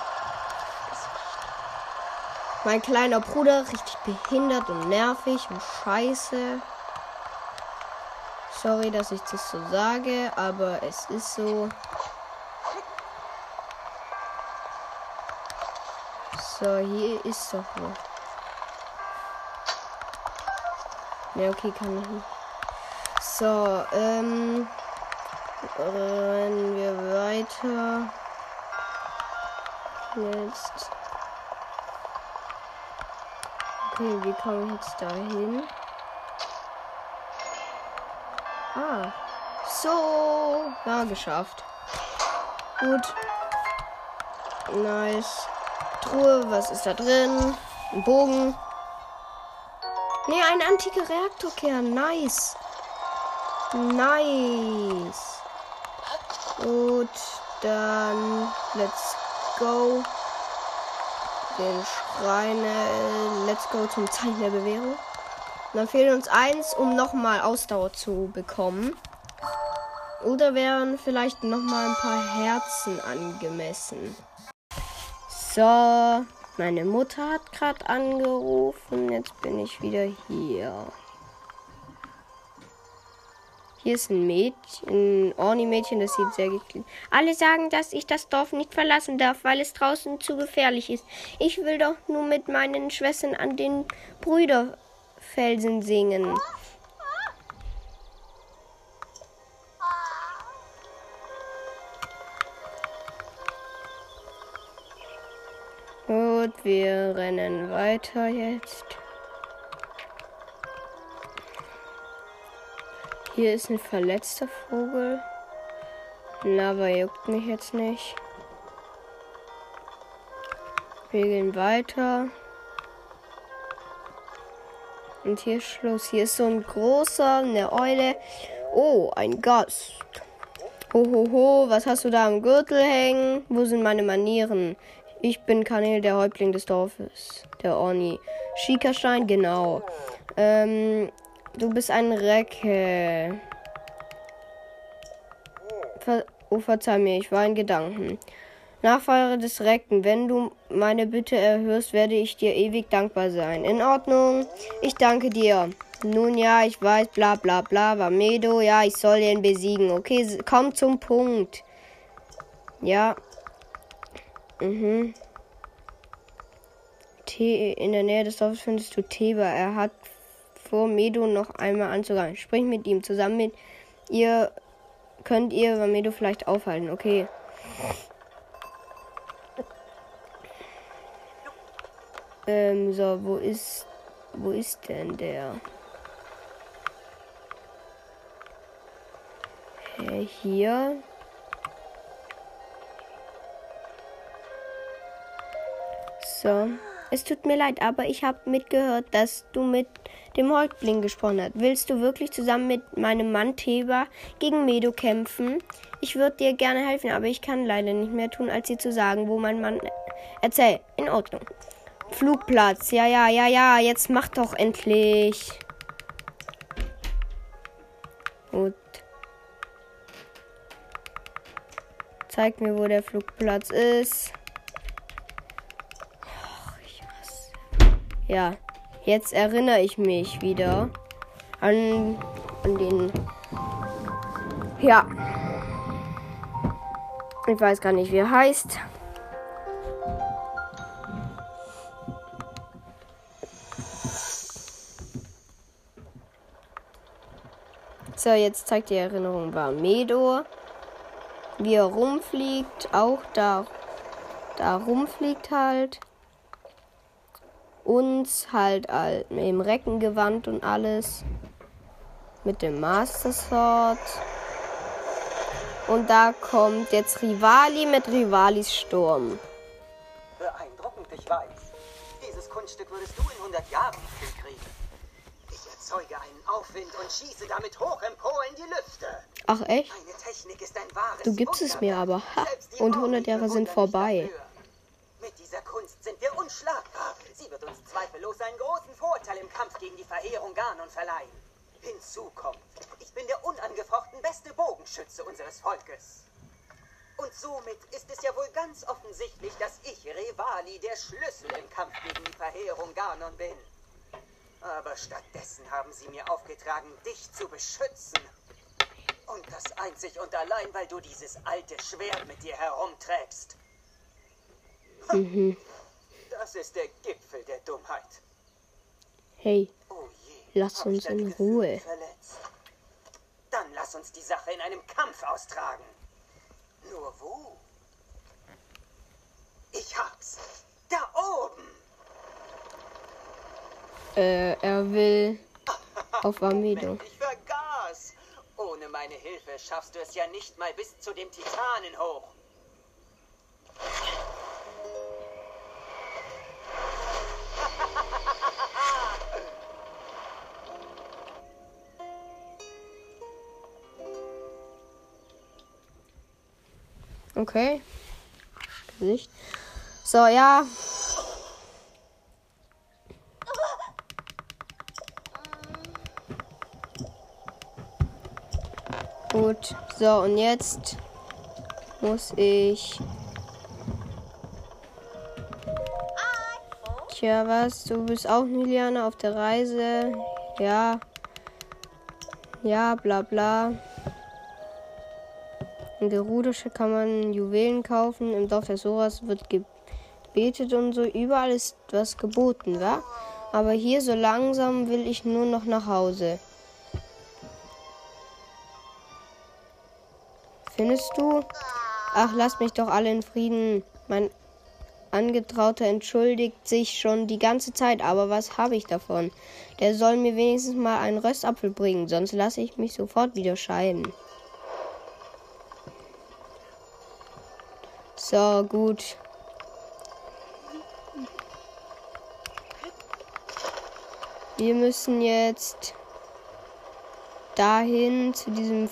Mein kleiner Bruder, richtig behindert und nervig und scheiße. Sorry, dass ich das so sage, aber es ist so. So, hier ist doch was. Ne, okay, kann ich nicht. So, rennen wir weiter. Jetzt. Okay, wie komme ich jetzt dahin? Ah. So. Ja, geschafft. Gut. Nice. Truhe, was ist da drin? Ein Bogen. Ne, ein antiker Reaktorkern. Nice. Nice. Gut, dann let's go. Den Schrein, let's go zum Zeichen der Bewährung. Und dann fehlt uns eins, um nochmal Ausdauer zu bekommen. Oder wären vielleicht nochmal ein paar Herzen angemessen. So, meine Mutter hat gerade angerufen. Jetzt bin ich wieder hier. Hier ist ein Mädchen, ein Orni-Mädchen, das sieht sehr geklebt. Alle sagen, dass ich das Dorf nicht verlassen darf, weil es draußen zu gefährlich ist. Ich will doch nur mit meinen Schwestern an den Brüderfelsen singen. Gut, wir rennen weiter jetzt. Hier ist ein verletzter Vogel. Lava juckt mich jetzt nicht. Wir gehen weiter. Und hier ist Schluss. Hier ist so ein großer, eine Eule. Oh, ein Gast. Hohoho, was hast du da am Gürtel hängen? Wo sind meine Manieren? Ich bin Kanel, der Häuptling des Dorfes. Der Orni. Schikastein, genau. Du bist ein Recke. Verzeih mir, ich war in Gedanken. Nachfahre des Recken, wenn du meine Bitte erhörst, werde ich dir ewig dankbar sein. In Ordnung, ich danke dir. Nun ja, ich weiß, bla bla bla, Vamedo, ja, ich soll ihn besiegen. Okay, komm zum Punkt. Ja. In der Nähe des Dorfes findest du Teba. Er hat vor, Medo noch einmal anzugreifen. Sprich mit ihm. Zusammen mit ihr könnt ihr Vamedo vielleicht aufhalten. Okay. So, wo ist denn der? Hier. So. Es tut mir leid, aber ich habe mitgehört, dass du mit dem Häuptling gesprochen hast. Willst du wirklich zusammen mit meinem Mann Teba gegen Medo kämpfen? Ich würde dir gerne helfen, aber ich kann leider nicht mehr tun, als dir zu sagen, wo mein Mann... Erzähl, in Ordnung. Flugplatz, ja, jetzt mach doch endlich. Gut. Zeig mir, wo der Flugplatz ist. Ja, jetzt erinnere ich mich wieder an den... Ja. Ich weiß gar nicht, wie er heißt. So, jetzt zeigt die Erinnerung Vamedo. Wie er rumfliegt, auch da rumfliegt halt. Uns halt mit dem Reckengewand und alles. Mit dem Master Sword. Und da kommt jetzt Rivali mit Rivalis Sturm. Beeindruckend, ich weiß. Dieses Kunststück würdest du in 100 Jahren hinkriegen. Ich erzeuge einen Aufwind und schieße damit hoch empor in die Lüfte. Ach echt? Meine Technik ist ein wahres Du gibst es mir aber. Ha. Und 100 Jahre sind vorbei. Mit dieser Kunst sind wir unschlagbar. Sie wird uns zweifellos einen großen Vorteil im Kampf gegen die Verehrung Ganon verleihen. Hinzu kommt, ich bin der unangefochten beste Bogenschütze unseres Volkes. Und somit ist es ja wohl ganz offensichtlich, dass ich, Rivali, der Schlüssel im Kampf gegen die Verehrung Ganon bin. Aber stattdessen haben sie mir aufgetragen, dich zu beschützen. Und das einzig und allein, weil du dieses alte Schwert mit dir herumträgst. Das ist der Gipfel der Dummheit. Hey, Oh je, lass hab ich uns deine in Gefühle Ruhe. verletzt? Dann lass uns die Sache in einem Kampf austragen. Nur wo? Ich hab's. Da oben. Er will auf Armedo. Ich vergaß. Ohne meine Hilfe schaffst du es ja nicht mal bis zu dem Titanen hoch. Okay. Gesicht. So, ja. Gut. So, und jetzt muss ich... Tja, was? Du bist auch Liliana auf der Reise? Ja. Ja, bla bla. In Gerudische kann man Juwelen kaufen. Im Dorf der Soras wird gebetet und so. Überall ist was geboten, wa? Aber hier so langsam will ich nur noch nach Hause. Findest du? Ach, lasst mich doch alle in Frieden. Mein Angetrauter entschuldigt sich schon die ganze Zeit, aber was habe ich davon? Der soll mir wenigstens mal einen Röstapfel bringen, sonst lasse ich mich sofort wieder scheiden. So, gut. Wir müssen jetzt dahin zu diesem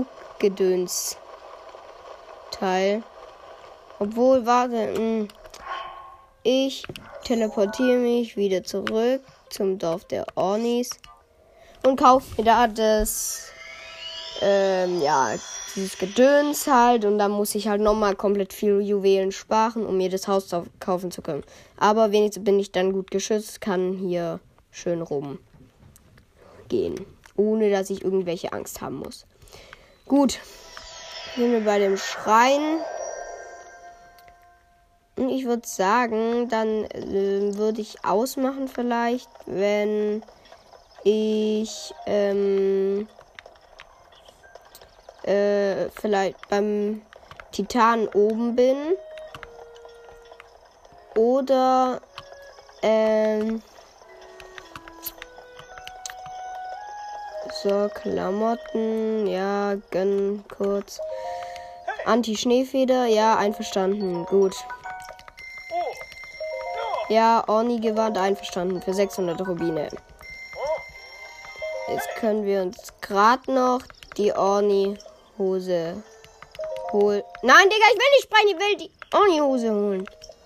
Fluggedöns-Teil. Obwohl, warte. Ich teleportiere mich wieder zurück zum Dorf der Ornis und kaufe mir da das, dieses Gedöns halt. Und dann muss ich halt nochmal komplett viel Juwelen sparen, um mir das Haus kaufen zu können. Aber wenigstens bin ich dann gut geschützt, kann hier schön rumgehen, ohne dass ich irgendwelche Angst haben muss. Gut, sind wir bei dem Schrein. Und ich würde sagen, dann würde ich ausmachen vielleicht, wenn ich vielleicht beim Titan oben bin. Oder so, Klamotten, ja, gönn kurz. Anti-Schneefeder, ja, einverstanden, gut. Ja, Orni-Gewand einverstanden für 600 Rubine. Jetzt können wir uns gerade noch die Orni-Hose holen. Nein, Digga, ich will nicht sprechen, ich will die Orni-Hose holen.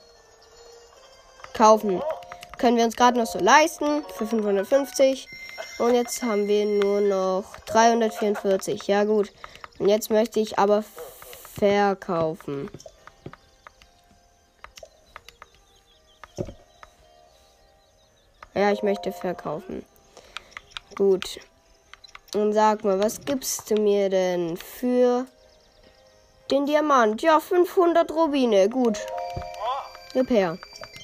Kaufen. Können wir uns gerade noch so leisten für 550. Und jetzt haben wir nur noch 344. Ja gut. Und jetzt möchte ich aber verkaufen. Ja, ich möchte verkaufen. Gut. Und sag mal, was gibst du mir denn für den Diamant? Ja, 500 Rubine. Gut. Gib her.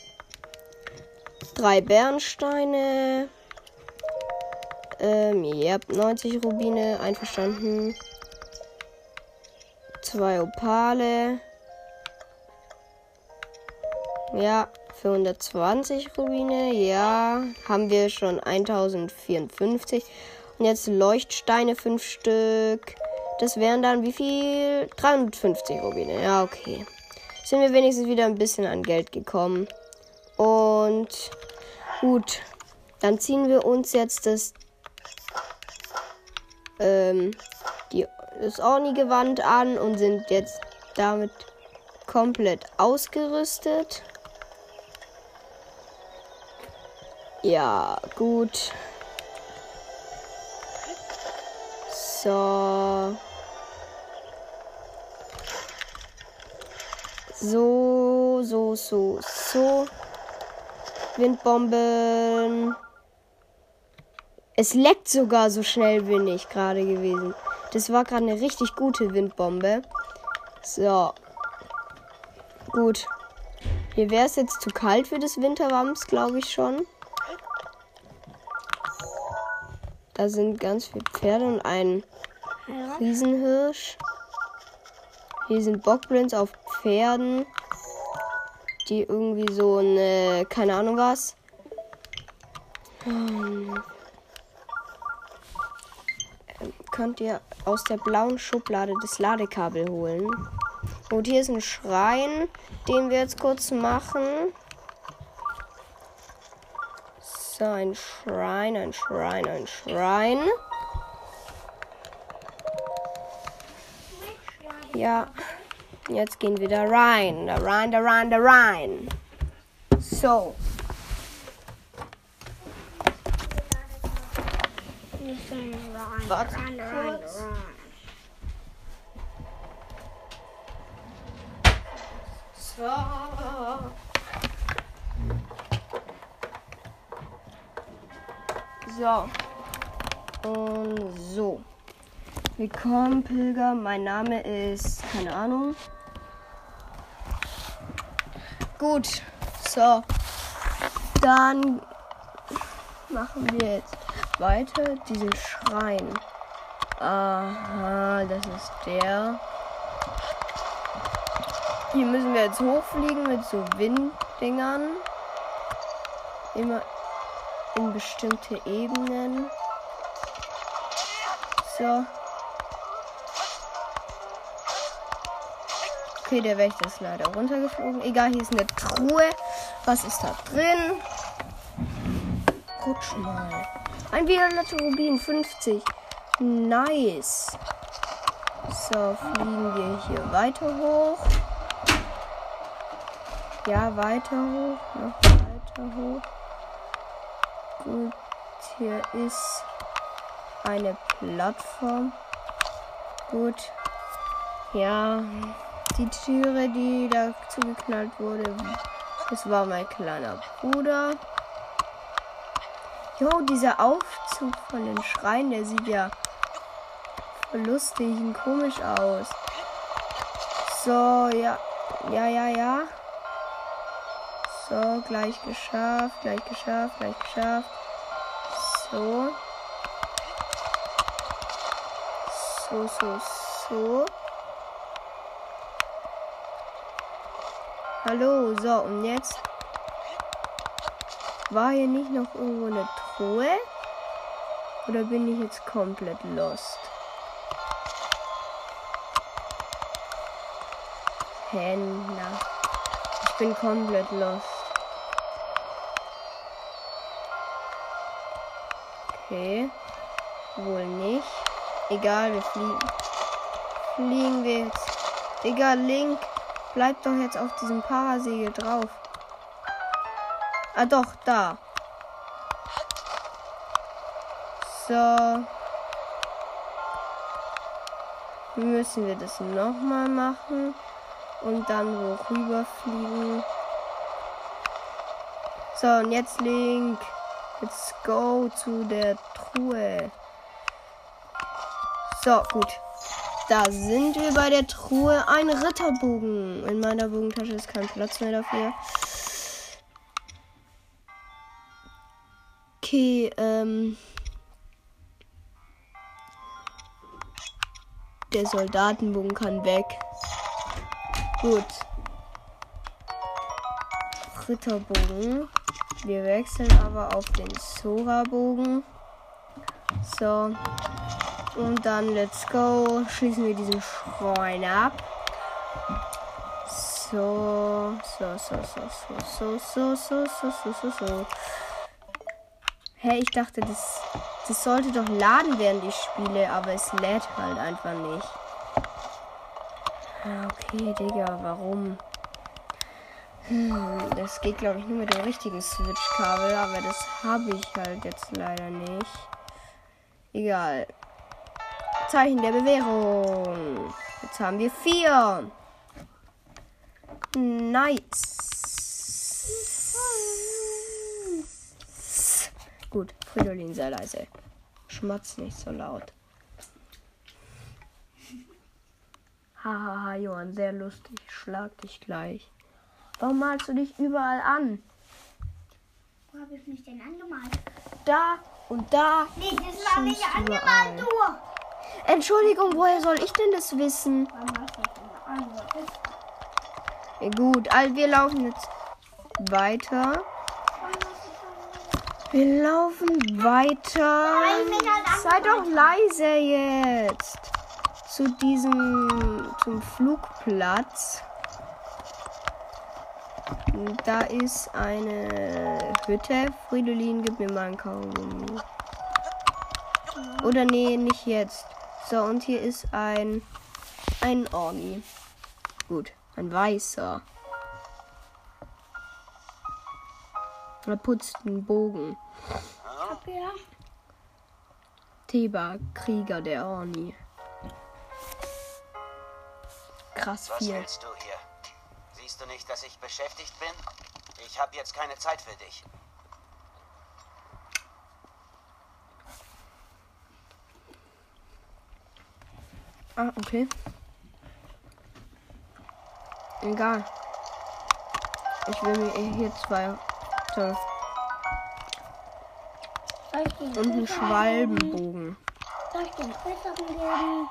3 Bernsteine. Ja, 90 Rubine. Einverstanden. 2 Opale. Ja, für 120 Rubine. Ja, haben wir schon 1054. Und jetzt Leuchtsteine 5 Stück. Das wären dann wie viel? 350 Rubine. Ja, okay. Sind wir wenigstens wieder ein bisschen an Geld gekommen. Und gut. Dann ziehen wir uns jetzt das Orni-Gewand an und sind jetzt damit komplett ausgerüstet. Ja, gut. So. So. Windbomben. Es leckt sogar, so schnell bin ich gerade gewesen. Das war gerade eine richtig gute Windbombe. So. Gut. Hier wäre es jetzt zu kalt für das Winterwams, glaube ich schon. Da sind ganz viele Pferde und ein Riesenhirsch. Hier sind Bockblins auf Pferden, die irgendwie so eine, keine Ahnung was. Könnt ihr aus der blauen Schublade das Ladekabel holen. Und hier ist ein Schrein, den wir jetzt kurz machen. So, ein Schrein, ein Schrein, ein Schrein. Ja, jetzt gehen wir da rein. Da rein, da rein, da rein. So. Warte kurz. So. So. Und so. Willkommen, Pilger. Mein Name ist... keine Ahnung. Gut. So. Dann machen wir jetzt weiter diesen Schrein. Aha, das ist der. Hier müssen wir jetzt hochfliegen mit so Winddingern. Immer in bestimmte Ebenen. So. Okay, der Wächter ist leider runtergeflogen. Egal, hier ist eine Truhe. Was ist da drin? Rutsch mal. Ein violetter Rubin, 50. Nice. So, fliegen wir hier weiter hoch. Ja, weiter hoch. Noch weiter hoch. Gut, hier ist eine Plattform. Gut. Ja, die Türe, die da zugeknallt wurde, das war mein kleiner Bruder. Jo, dieser Aufzug von den Schreien, der sieht ja voll lustig und komisch aus. So, ja. Ja. So, gleich geschafft. So. So. Hallo, so, und jetzt war hier nicht noch irgendwo eine Truhe? Oder bin ich jetzt komplett lost? Händler. Ich bin komplett lost. Okay. Wohl nicht. Egal, wir fliegen. Fliegen wir jetzt. Egal, Link. Bleib doch jetzt auf diesem Parasegel drauf. Ah doch, da. So. Müssen wir das nochmal machen. Und dann hoch rüber fliegen. So, und jetzt Link. Let's go zu der Truhe. So, gut. Da sind wir bei der Truhe. Ein Ritterbogen. In meiner Bogentasche ist kein Platz mehr dafür. Okay, der Soldatenbogen kann weg. Gut. Ritterbogen. Wir wechseln aber auf den Sora-Bogen. So. Und dann let's go. Schließen wir diesen Schrein ab. So. Hä, ich dachte, das sollte doch laden, während ich spiele, aber es lädt halt einfach nicht. Okay, Digga, warum? Das geht, glaube ich, nur mit dem richtigen Switch-Kabel, aber das habe ich halt jetzt leider nicht. Egal. Zeichen der Bewährung. Jetzt haben wir 4. Nice. Gut, Fridolin, sei leise. Schmatz nicht so laut. Hahaha, Johann, sehr lustig. Schlag dich gleich. Warum malst du dich überall an? Wo habe ich mich denn angemalt? Da und da. Nee, das war nicht angemalt, du. Entschuldigung, woher soll ich denn das wissen? Warum hast du das denn angemalt? Ja, gut, also wir laufen jetzt weiter. Wir laufen weiter. Seid doch leise jetzt. Zum Flugplatz. Da ist eine Hütte. Fridolin, gib mir mal einen Kaugummi. Oder nee, nicht jetzt. So, und hier ist ein Orni. Gut, ein weißer. Er putzt einen Bogen. Ja. Theba, Krieger der Orni. Krass Was viel. willst du hier? Siehst du nicht, dass ich beschäftigt bin? Ich habe jetzt keine Zeit für dich. Ah, okay. Egal. Ich will mir hier zwei. So. Und einen Schwalbenbogen. Soll ich den besseren geben?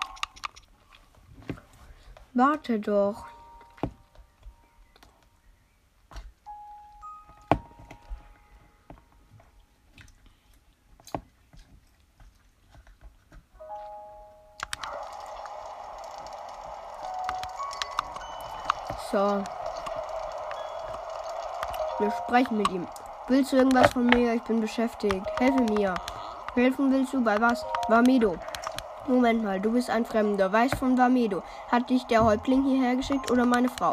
Warte doch. So. Wir sprechen mit ihm. Willst du irgendwas von mir? Ich bin beschäftigt. Helfe mir. Helfen willst du? Bei was? Vamedo. Moment mal, du bist ein Fremder. Weißt von Vamedo. Hat dich der Häuptling hierher geschickt oder meine Frau?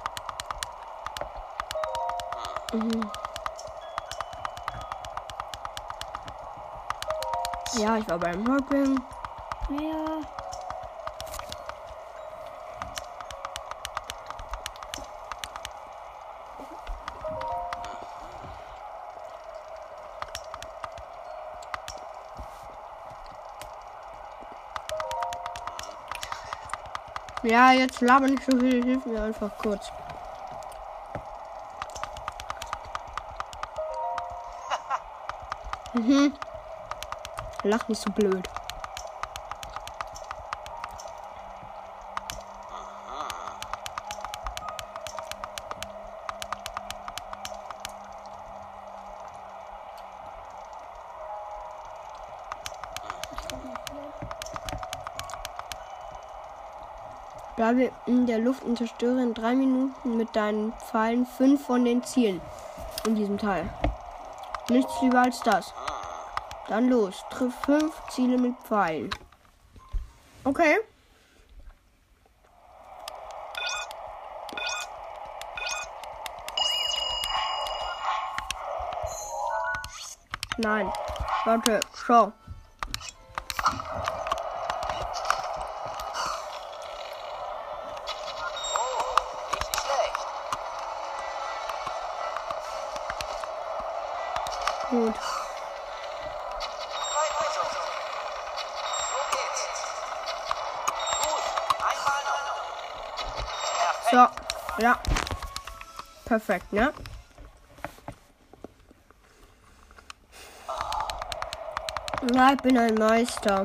Ja, ich war beim Häuptling. Ja. Ja, jetzt laber nicht so viel. Hilf mir einfach kurz. Lach nicht so blöd. Bleibe in der Luft und zerstöre in 3 Minuten mit deinen Pfeilen 5 von den Zielen in diesem Teil. Nichts lieber als das. Dann los. Triff 5 Ziele mit Pfeilen. Okay. Nein. Warte. Schau. Gut. Bleib also. So geht's. Gut. Einmal noch. Perfekt. So. Ja. Perfekt, ne? Ja, ich bin ein Meister.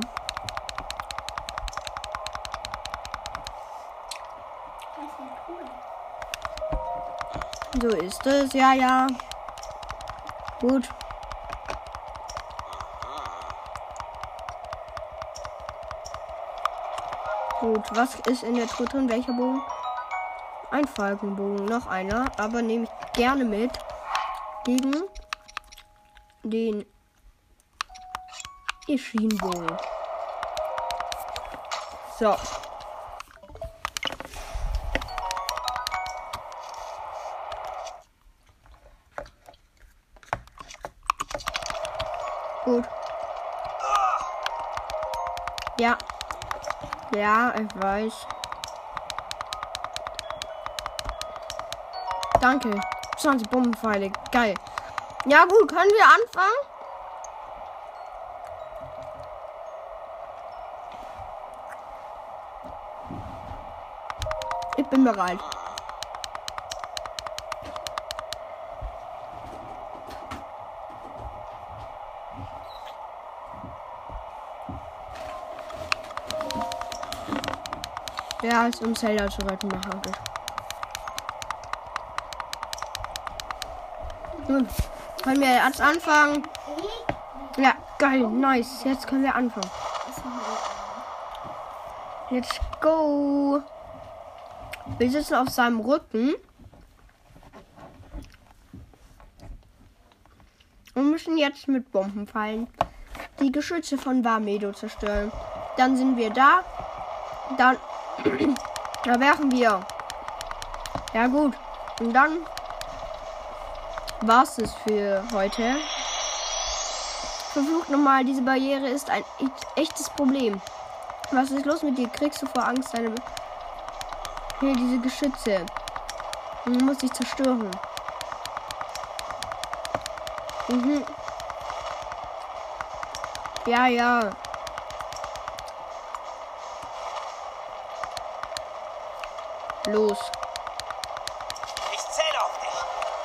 Das ist ja cool. So ist es. Ja, ja. Gut. Gut, was ist in der Truhe drin? Welcher Bogen? Ein Falkenbogen, noch einer, aber nehme ich gerne mit gegen den Ischinbogen. So. Gut. Ja. Ja, ich weiß. Danke. 20 Bombenpfeile. Geil. Ja gut, können wir anfangen? Ich bin bereit. Ja, ist um Zelda zu retten, mach ich. Können wir jetzt anfangen? Ja, geil, nice. Jetzt können wir anfangen. Let's go. Wir sitzen auf seinem Rücken. Und müssen jetzt mit Bombenpfeilen die Geschütze von Warmedo zerstören. Dann sind wir da. Dann da werfen wir. Ja gut. Und dann war's es für heute. Verflucht nochmal, diese Barriere ist ein echtes Problem. Was ist los mit dir? Kriegst du vor Angst deine... Hier, diese Geschütze. Du musst dich zerstören. Mhm. Ja, ja. Los. Ich zähle auf dich.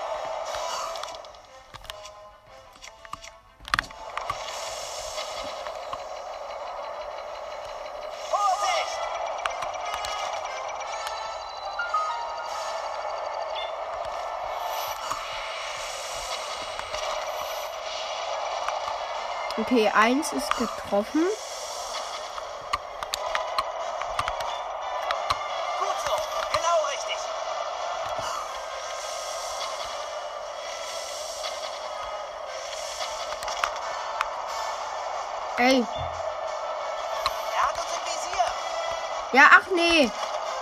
Vorsicht! Okay, 1 ist getroffen. Gut so, genau richtig. Ey. Er hat uns im Visier. Ja, ach nee.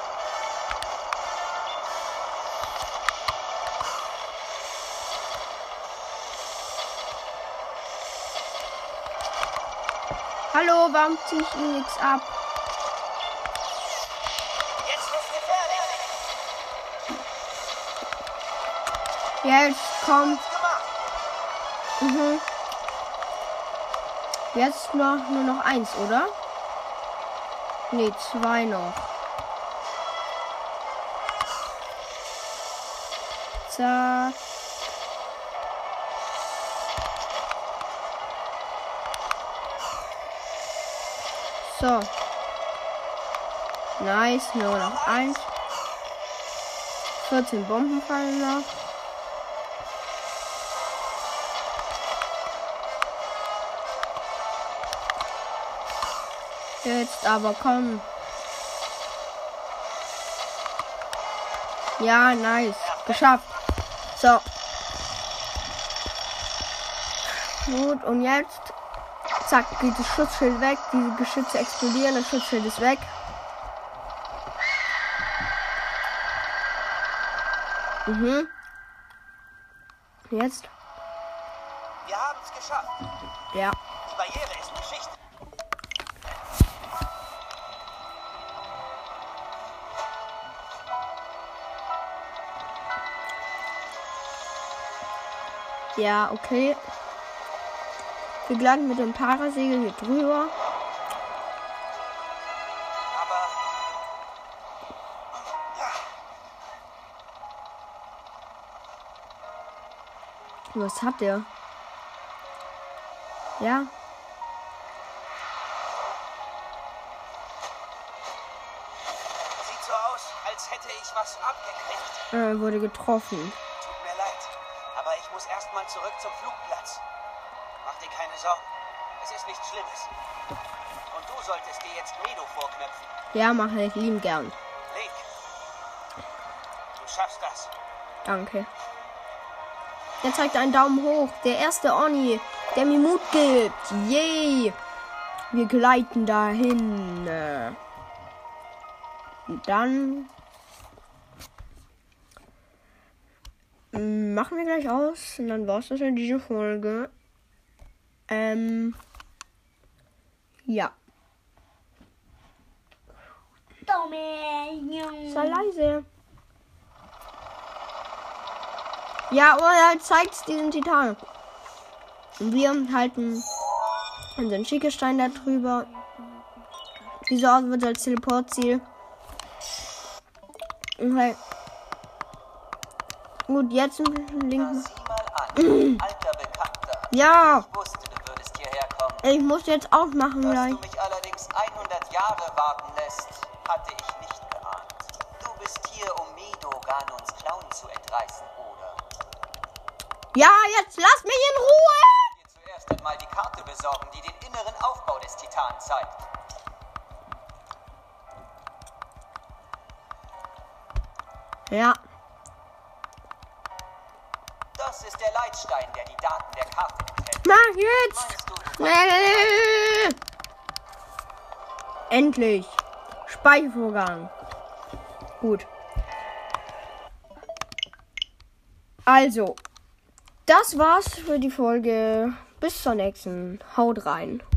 Hallo, warum ziehe ich ihm nichts ab? Jetzt wird's gefährlich. Jetzt kommt. Gemacht. Mhm. Jetzt nur noch 1, oder? Nee, 2 noch. Zack. So. Nice, nur noch 1. 14 Bomben fallen noch. Jetzt aber komm. Ja, nice. Geschafft. So. Gut, und jetzt. Zack, geht das Schutzschild weg. Diese Geschütze explodieren. Das Schutzschild ist weg. Mhm. Jetzt. Wir haben es geschafft. Ja. Die Barriere ist Geschichte. Ja, okay. Wir gleiten mit dem Parasegel hier drüber. Aber Was hat der? Ja. sieht so aus, als hätte ich was abgekriegt. Wurde getroffen. Tut mir leid, aber ich muss erst mal zurück zum Flugplatz. Mach dir keine Sorgen. Es ist nichts Schlimmes. Und du solltest dir jetzt Medo vorknöpfen. Ja, mache ich lieben gern. Link, du schaffst das. Danke. Er zeigt einen Daumen hoch. Der erste Oni, der mir Mut gibt. Yay. Wir gleiten dahin. Und dann machen wir gleich aus. Und dann war es das in dieser Folge. Ja. Sei leise. Ja, aber er zeigt diesen Titan. Und wir halten unseren Schickestein da drüber. Dieser Ort wird als Teleportziel. Okay. Gut, jetzt im linken. Sieh mal an, alter Bekannter. Ja, Ich wusste, du würdest hierher kommen. ich muss jetzt aufmachen Dass gleich. du mich allerdings 100 Jahre warten lässt, hatte ich nicht geahnt. Du bist hier, um Medo Ganons Clown zu entreißen, oder? Ja, jetzt lass mich in Ruhe! Hier zuerst einmal die Karte besorgen, die den inneren Aufbau des Titanen zeigt. Ja. Das ist der Leitstein, der die Daten der Karte enthält. Mach jetzt! Meinst du weißt- Endlich. Speichervorgang. Gut. Also, das war's für die Folge. Bis zur nächsten. Haut rein.